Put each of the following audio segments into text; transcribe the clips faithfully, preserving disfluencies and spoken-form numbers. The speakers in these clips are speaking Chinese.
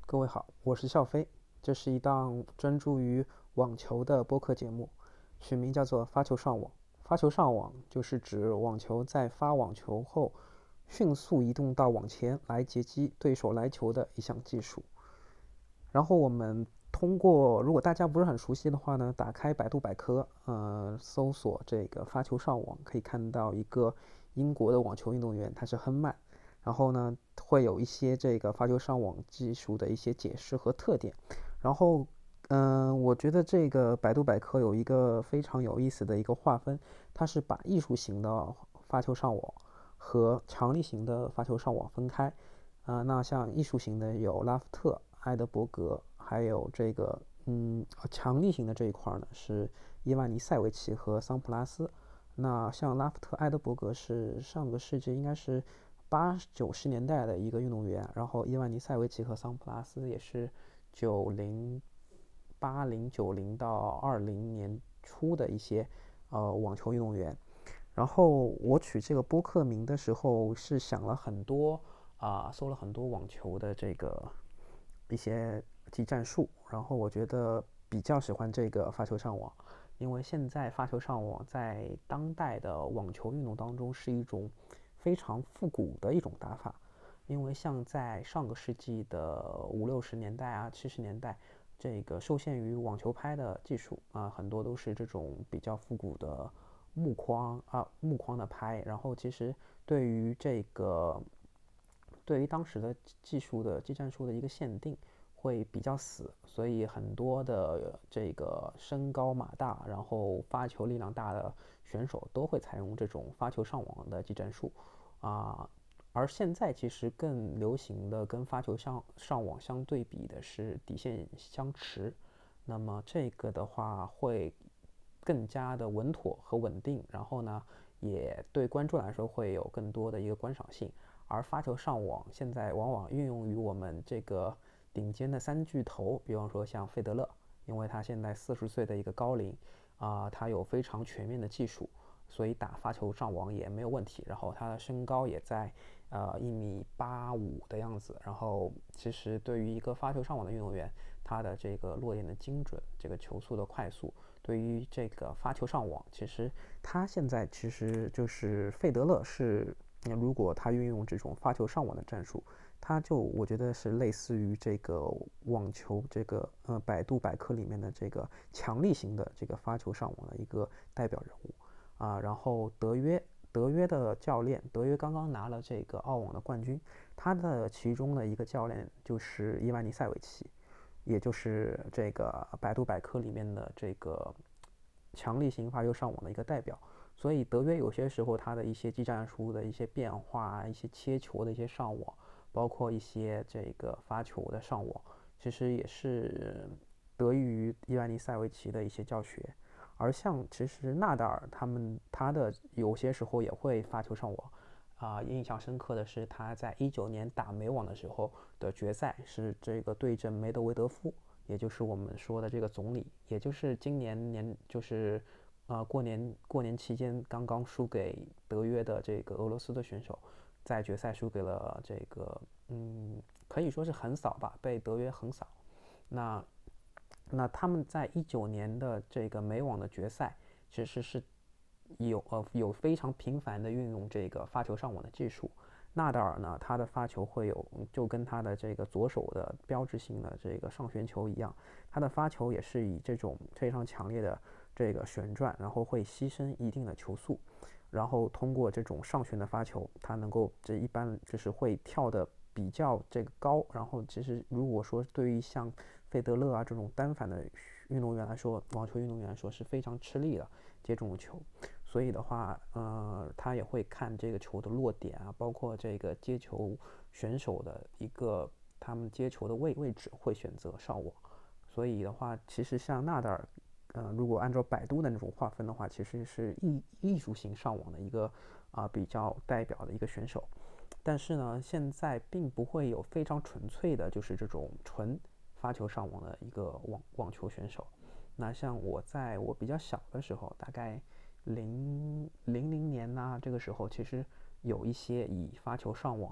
各位好，我是笑飞，这是一档专注于网球的播客节目，取名叫做“发球上网”。发球上网就是指网球在发网球后迅速移动到网前来截击对手来球的一项技术。然后我们通过，如果大家不是很熟悉的话呢，打开百度百科，呃，搜索这个发球上网，可以看到一个英国的网球运动员，他是亨曼。然后呢，会有一些这个发球上网技术的一些解释和特点。然后，嗯、呃我觉得这个百度百科有一个非常有意思的一个划分，它是把艺术型的发球上网和强力型的发球上网分开。啊、呃那像艺术型的有拉夫特、埃德伯格，还有这个嗯强力型的这一块呢是伊万尼塞维奇和桑普拉斯。那像拉夫特、埃德伯格是上个世纪应该是八九十年代的一个运动员，然后伊万尼塞维奇和桑普拉斯也是九零八零九零到二零年初的一些呃网球运动员。然后我取这个播客名的时候是想了很多啊、呃搜了很多网球的这个一些技战术，然后我觉得比较喜欢这个发球上网，因为现在发球上网在当代的网球运动当中是一种非常复古的一种打法。因为像在上个世纪的五六十年代啊、七十年代，这个受限于网球拍的技术啊，很多都是这种比较复古的木框啊木框的拍，然后其实对于这个对于当时的技术的技战术的一个限定会比较死，所以很多的这个身高马大，然后发球力量大的选手都会采用这种发球上网的技战术啊。而现在其实更流行的跟发球上上网相对比的是底线相持，那么这个的话会更加的稳妥和稳定，然后呢，也对观众来说会有更多的一个观赏性。而发球上网现在往往运用于我们这个顶尖的三巨头，比方说像费德勒，因为他现在四十岁的一个高龄啊、呃他有非常全面的技术，所以打发球上网也没有问题。然后他的身高也在呃一米八五的样子。然后其实对于一个发球上网的运动员，他的这个落点的精准，这个球速的快速，对于这个发球上网，其实他现在其实就是费德勒是，如果他运用这种发球上网的战术，他就我觉得是类似于这个网球这个呃百度百科里面的这个强力型的这个发球上网的一个代表人物啊。然后德约德约的教练，德约刚刚拿了这个澳网的冠军，他的其中的一个教练就是伊万尼塞维奇，也就是这个百度百科里面的这个强力型发球上网的一个代表。所以德约有些时候他的一些技战术的一些变化，一些切球的一些上网，包括一些这个发球的上网，其实也是得益于伊万尼塞维奇的一些教学。而像其实纳达尔他们他的有些时候也会发球上网，啊、呃印象深刻的是他在一九年打美网的时候的决赛是这个对阵梅德韦德夫，也就是我们说的这个总理，也就是今年年就是呃过年过年期间刚刚输给德约的这个俄罗斯的选手，在决赛输给了这个嗯可以说是横扫吧，被德约横扫。那那他们在一九年的这个美网的决赛，其实是有呃有非常频繁的运用这个发球上网的技术。纳达尔呢，他的发球会有就跟他的这个左手的标志性的这个上旋球一样，他的发球也是以这种非常强烈的这个旋转，然后会牺牲一定的球速，然后通过这种上旋的发球，他能够这一般就是会跳的比较这个高。然后其实如果说对于像费德勒啊这种单反的运动员来说，网球运动员来说是非常吃力的接这种球。所以的话，呃，他也会看这个球的落点啊，包括这个接球选手的一个他们接球的位位置，会选择上网。所以的话，其实像纳达尔，呃，如果按照百度的那种划分的话，其实是艺艺术型上网的一个啊、呃比较代表的一个选手。但是呢，现在并不会有非常纯粹的，就是这种纯发球上网的一个网网球选手。那像我在我比较小的时候，大概零零零年呐、这个时候其实有一些以发球上网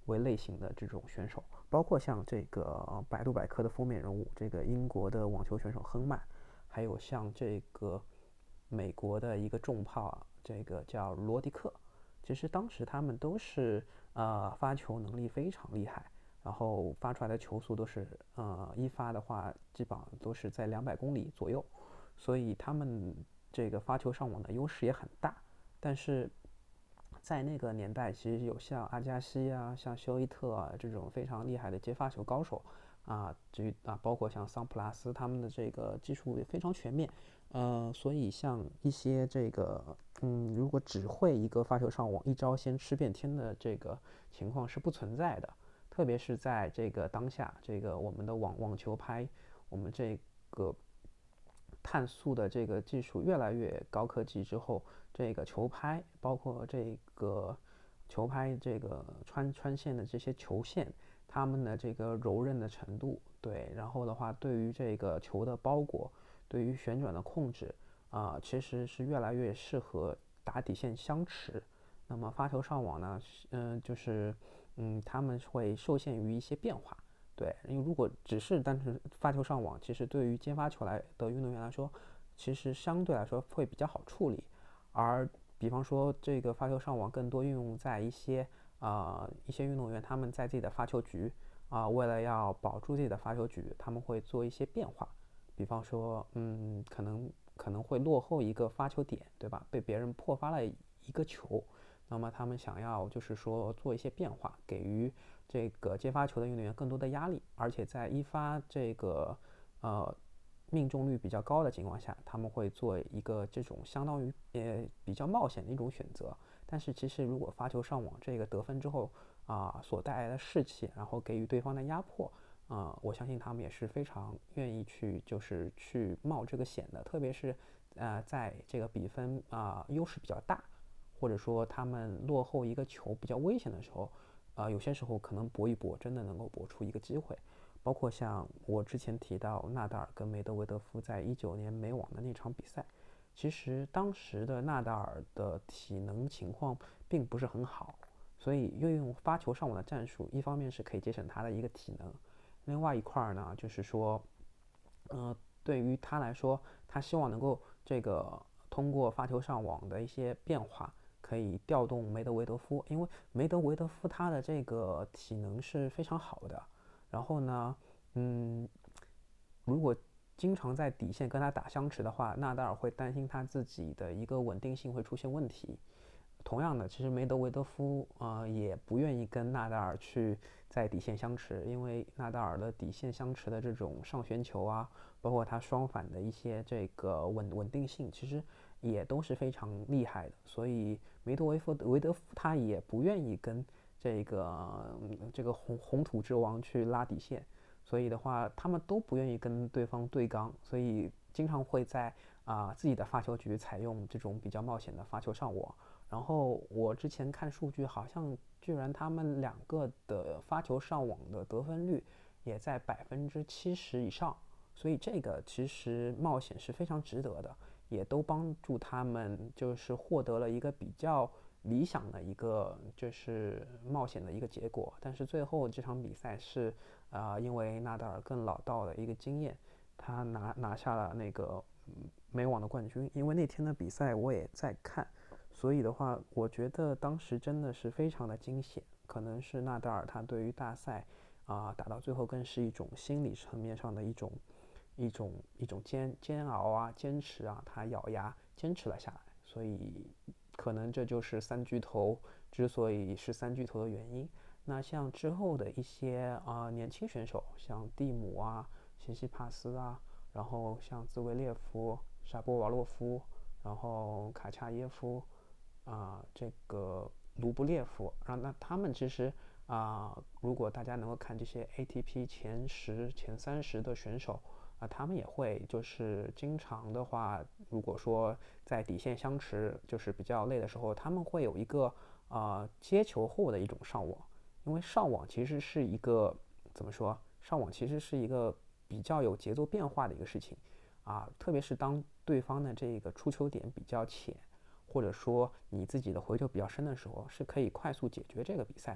为类型的这种选手，包括像这个百度百科的封面人物，这个英国的网球选手亨曼，还有像这个美国的一个重炮啊，这个叫罗迪克。其实当时他们都是呃发球能力非常厉害，然后发出来的球速都是呃一发的话，基本上都是在两百公里左右，所以他们这个发球上网的优势也很大。但是在那个年代，其实有像阿加西啊、像休伊特啊这种非常厉害的接发球高手啊，至于啊，包括像桑普拉斯，他们的这个技术也非常全面。呃，所以像一些这个，嗯，如果只会一个发球上网，一招先吃遍天的这个情况是不存在的。特别是在这个当下，这个我们的网网球拍，我们这个碳素的这个技术越来越高科技之后，这个球拍，包括这个球拍这个穿穿线的这些球线，它们的这个柔韧的程度，对，然后的话，对于这个球的包裹，对于旋转的控制啊、呃其实是越来越适合打底线相持。那么发球上网呢，嗯、呃，就是嗯，他们会受限于一些变化。对，因为如果只是单纯发球上网，其实对于接发球来的运动员来说，其实相对来说会比较好处理。而比方说这个发球上网更多运用在一些啊、呃一些运动员他们在自己的发球局啊、呃为了要保住自己的发球局，他们会做一些变化。比方说，嗯，可能可能会落后一个发球点，对吧？被别人破发了一个球，那么他们想要就是说做一些变化，给予这个接发球的运动员更多的压力，而且在一发这个呃命中率比较高的情况下，他们会做一个这种相当于呃比较冒险的一种选择。但是其实如果发球上网这个得分之后啊、呃所带来的士气，然后给予对方的压迫。啊、呃我相信他们也是非常愿意去，就是去冒这个险的，特别是，呃，在这个比分啊、呃优势比较大，或者说他们落后一个球比较危险的时候，啊、呃有些时候可能搏一搏，真的能够搏出一个机会。包括像我之前提到纳达尔跟梅德韦德夫在一九年美网的那场比赛，其实当时的纳达尔的体能情况并不是很好，所以运用发球上网的战术，一方面是可以节省他的一个体能，另外一块呢，就是说，呃，对于他来说，他希望能够这个通过发球上网的一些变化，可以调动梅德韦德夫，因为梅德韦德夫他的这个体能是非常好的。然后呢，嗯，如果经常在底线跟他打相持的话，纳达尔会担心他自己的一个稳定性会出现问题。同样的，其实梅德韦德夫呃也不愿意跟纳达尔去在底线相持，因为纳达尔的底线相持的这种上旋球啊，包括他双反的一些这个稳稳定性，其实也都是非常厉害的。所以梅德韦夫韦德夫他也不愿意跟这个、嗯这个红红土之王去拉底线，所以的话，他们都不愿意跟对方对刚，所以经常会在啊、呃自己的发球局采用这种比较冒险的发球上网。然后我之前看数据，好像居然他们两个的发球上网的得分率也在百分之七十以上，所以这个其实冒险是非常值得的，也都帮助他们就是获得了一个比较理想的一个就是冒险的一个结果。但是最后这场比赛是啊、呃因为纳达尔更老道的一个经验，他拿拿下了那个美网的冠军。因为那天的比赛我也在看，所以的话，我觉得当时真的是非常的惊险。可能是纳达尔他对于大赛啊、呃打到最后更是一种心理层面上的一种一种一种煎煎熬啊，坚持啊，他咬牙坚持了下来。所以可能这就是三巨头之所以是三巨头的原因。那像之后的一些啊、呃年轻选手，像蒂姆啊、西西帕斯啊，然后像兹维列夫、沙波瓦洛夫，然后卡恰耶夫，啊、这个卢布列夫，然后那他们其实啊、如果大家能够看这些 A T P 前十、前三十的选手啊、他们也会就是经常的话，如果说在底线相持就是比较累的时候，他们会有一个啊、接球后的一种上网，因为上网其实是一个怎么说？上网其实是一个比较有节奏变化的一个事情啊，特别是当对方的这个出球点比较浅，或者说你自己的回球比较深的时候，是可以快速解决这个比赛的。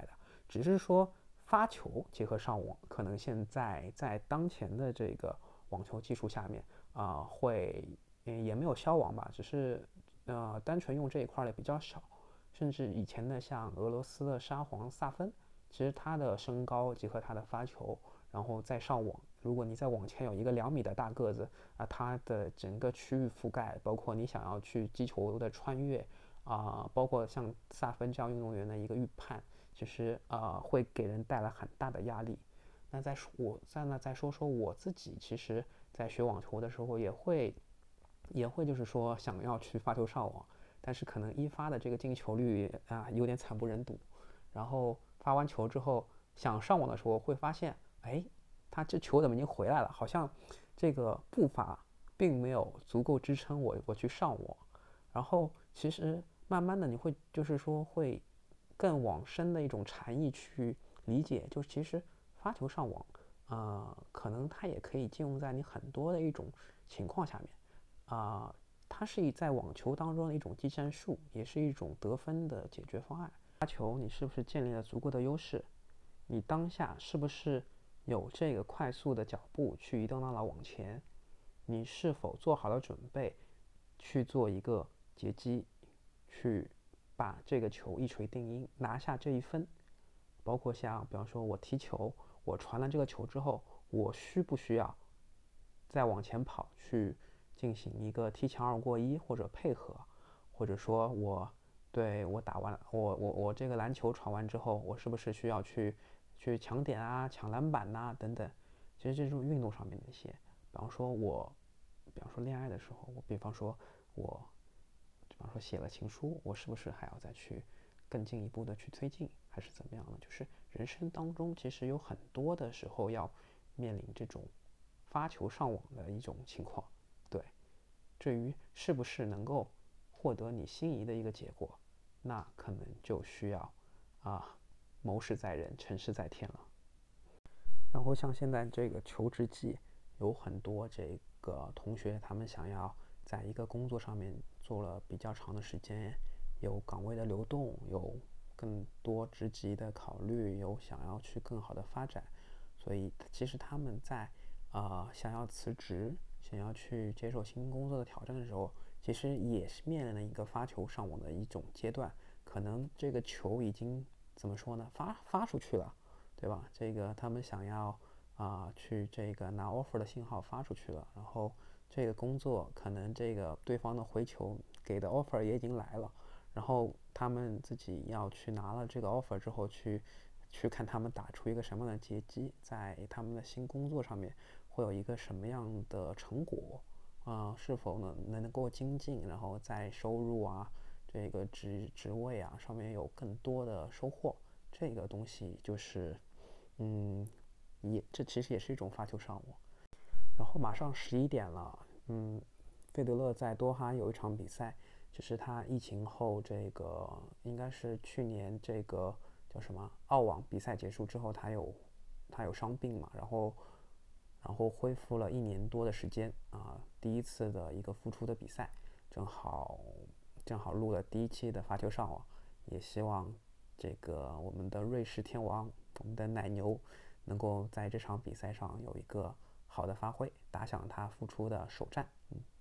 只是说发球结合上网，可能现在在当前的这个网球技术下面啊、呃，会也没有消亡吧，只是呃单纯用这一块的比较少。甚至以前的像俄罗斯的沙皇萨芬，其实他的身高结合他的发球，然后再上网，如果你在网前有一个两米的大个子啊，他的整个区域覆盖，包括你想要去击球的穿越啊，包括像萨芬这样运动员的一个预判，其实啊会给人带来很大的压力。那再说我再呢再说说我自己，其实在学网球的时候也会也会就是说想要去发球上网，但是可能一发的这个进球率啊有点惨不忍睹，然后发完球之后想上网的时候会发现，哎，他这球怎么已经回来了？好像这个步伐并没有足够支撑我我去上网。然后其实慢慢的你会就是说会更往深的一种禅意去理解，就是其实发球上网，呃，可能它也可以应用在你很多的一种情况下面，啊、呃，它是在网球当中的一种技战术，也是一种得分的解决方案。发球你是不是建立了足够的优势？你当下是不是有这个快速的脚步去移动到了网前？你是否做好了准备去做一个截击，去把这个球一锤定音，拿下这一分？包括像比方说我踢球，我传了这个球之后，我需不需要再往前跑去进行一个踢墙而过一或者配合，或者说我对我打完我我我这个篮球传完之后，我是不是需要去去抢点啊、抢篮板呐、啊、等等？其实这种运动上面的一些，比方说我，比方说恋爱的时候，我比方说我，比方说写了情书，我是不是还要再去更进一步的去推进，还是怎么样呢？就是人生当中其实有很多的时候要面临这种发球上网的一种情况，对。至于是不是能够获得你心仪的一个结果，那可能就需要啊谋事在人，成事在天了。然后像现在这个求职季，有很多这个同学他们想要在一个工作上面做了比较长的时间，有岗位的流动，有更多职级的考虑，有想要去更好的发展，所以其实他们在啊、呃、想要辞职，想要去接受新工作的挑战的时候，其实也是面临了一个发球上网的一种阶段，可能这个球已经怎么说呢，发发出去了。对吧？这个他们想要啊、呃、去这个拿 offer 的信号发出去了，然后这个工作可能这个对方的回球给的 offer 也已经来了，然后他们自己要去拿了这个 offer 之后去去看他们打出一个什么样的结绩，在他们的新工作上面会有一个什么样的成果啊、呃？是否能能够精进，然后在收入啊这个职职位啊上面有更多的收获，这个东西就是。嗯，也这其实也是一种发球上网。然后马上十一点了，嗯，费德勒在多哈有一场比赛，就是他疫情后这个应该是去年这个叫什么澳网比赛结束之后，他有他有伤病嘛，然后然后恢复了一年多的时间啊，第一次的一个复出的比赛，正好正好录了第一期的发球上网，也希望这个我们的瑞士天王，我们的奶牛，能够在这场比赛上有一个好的发挥，打响他复出的首战。嗯。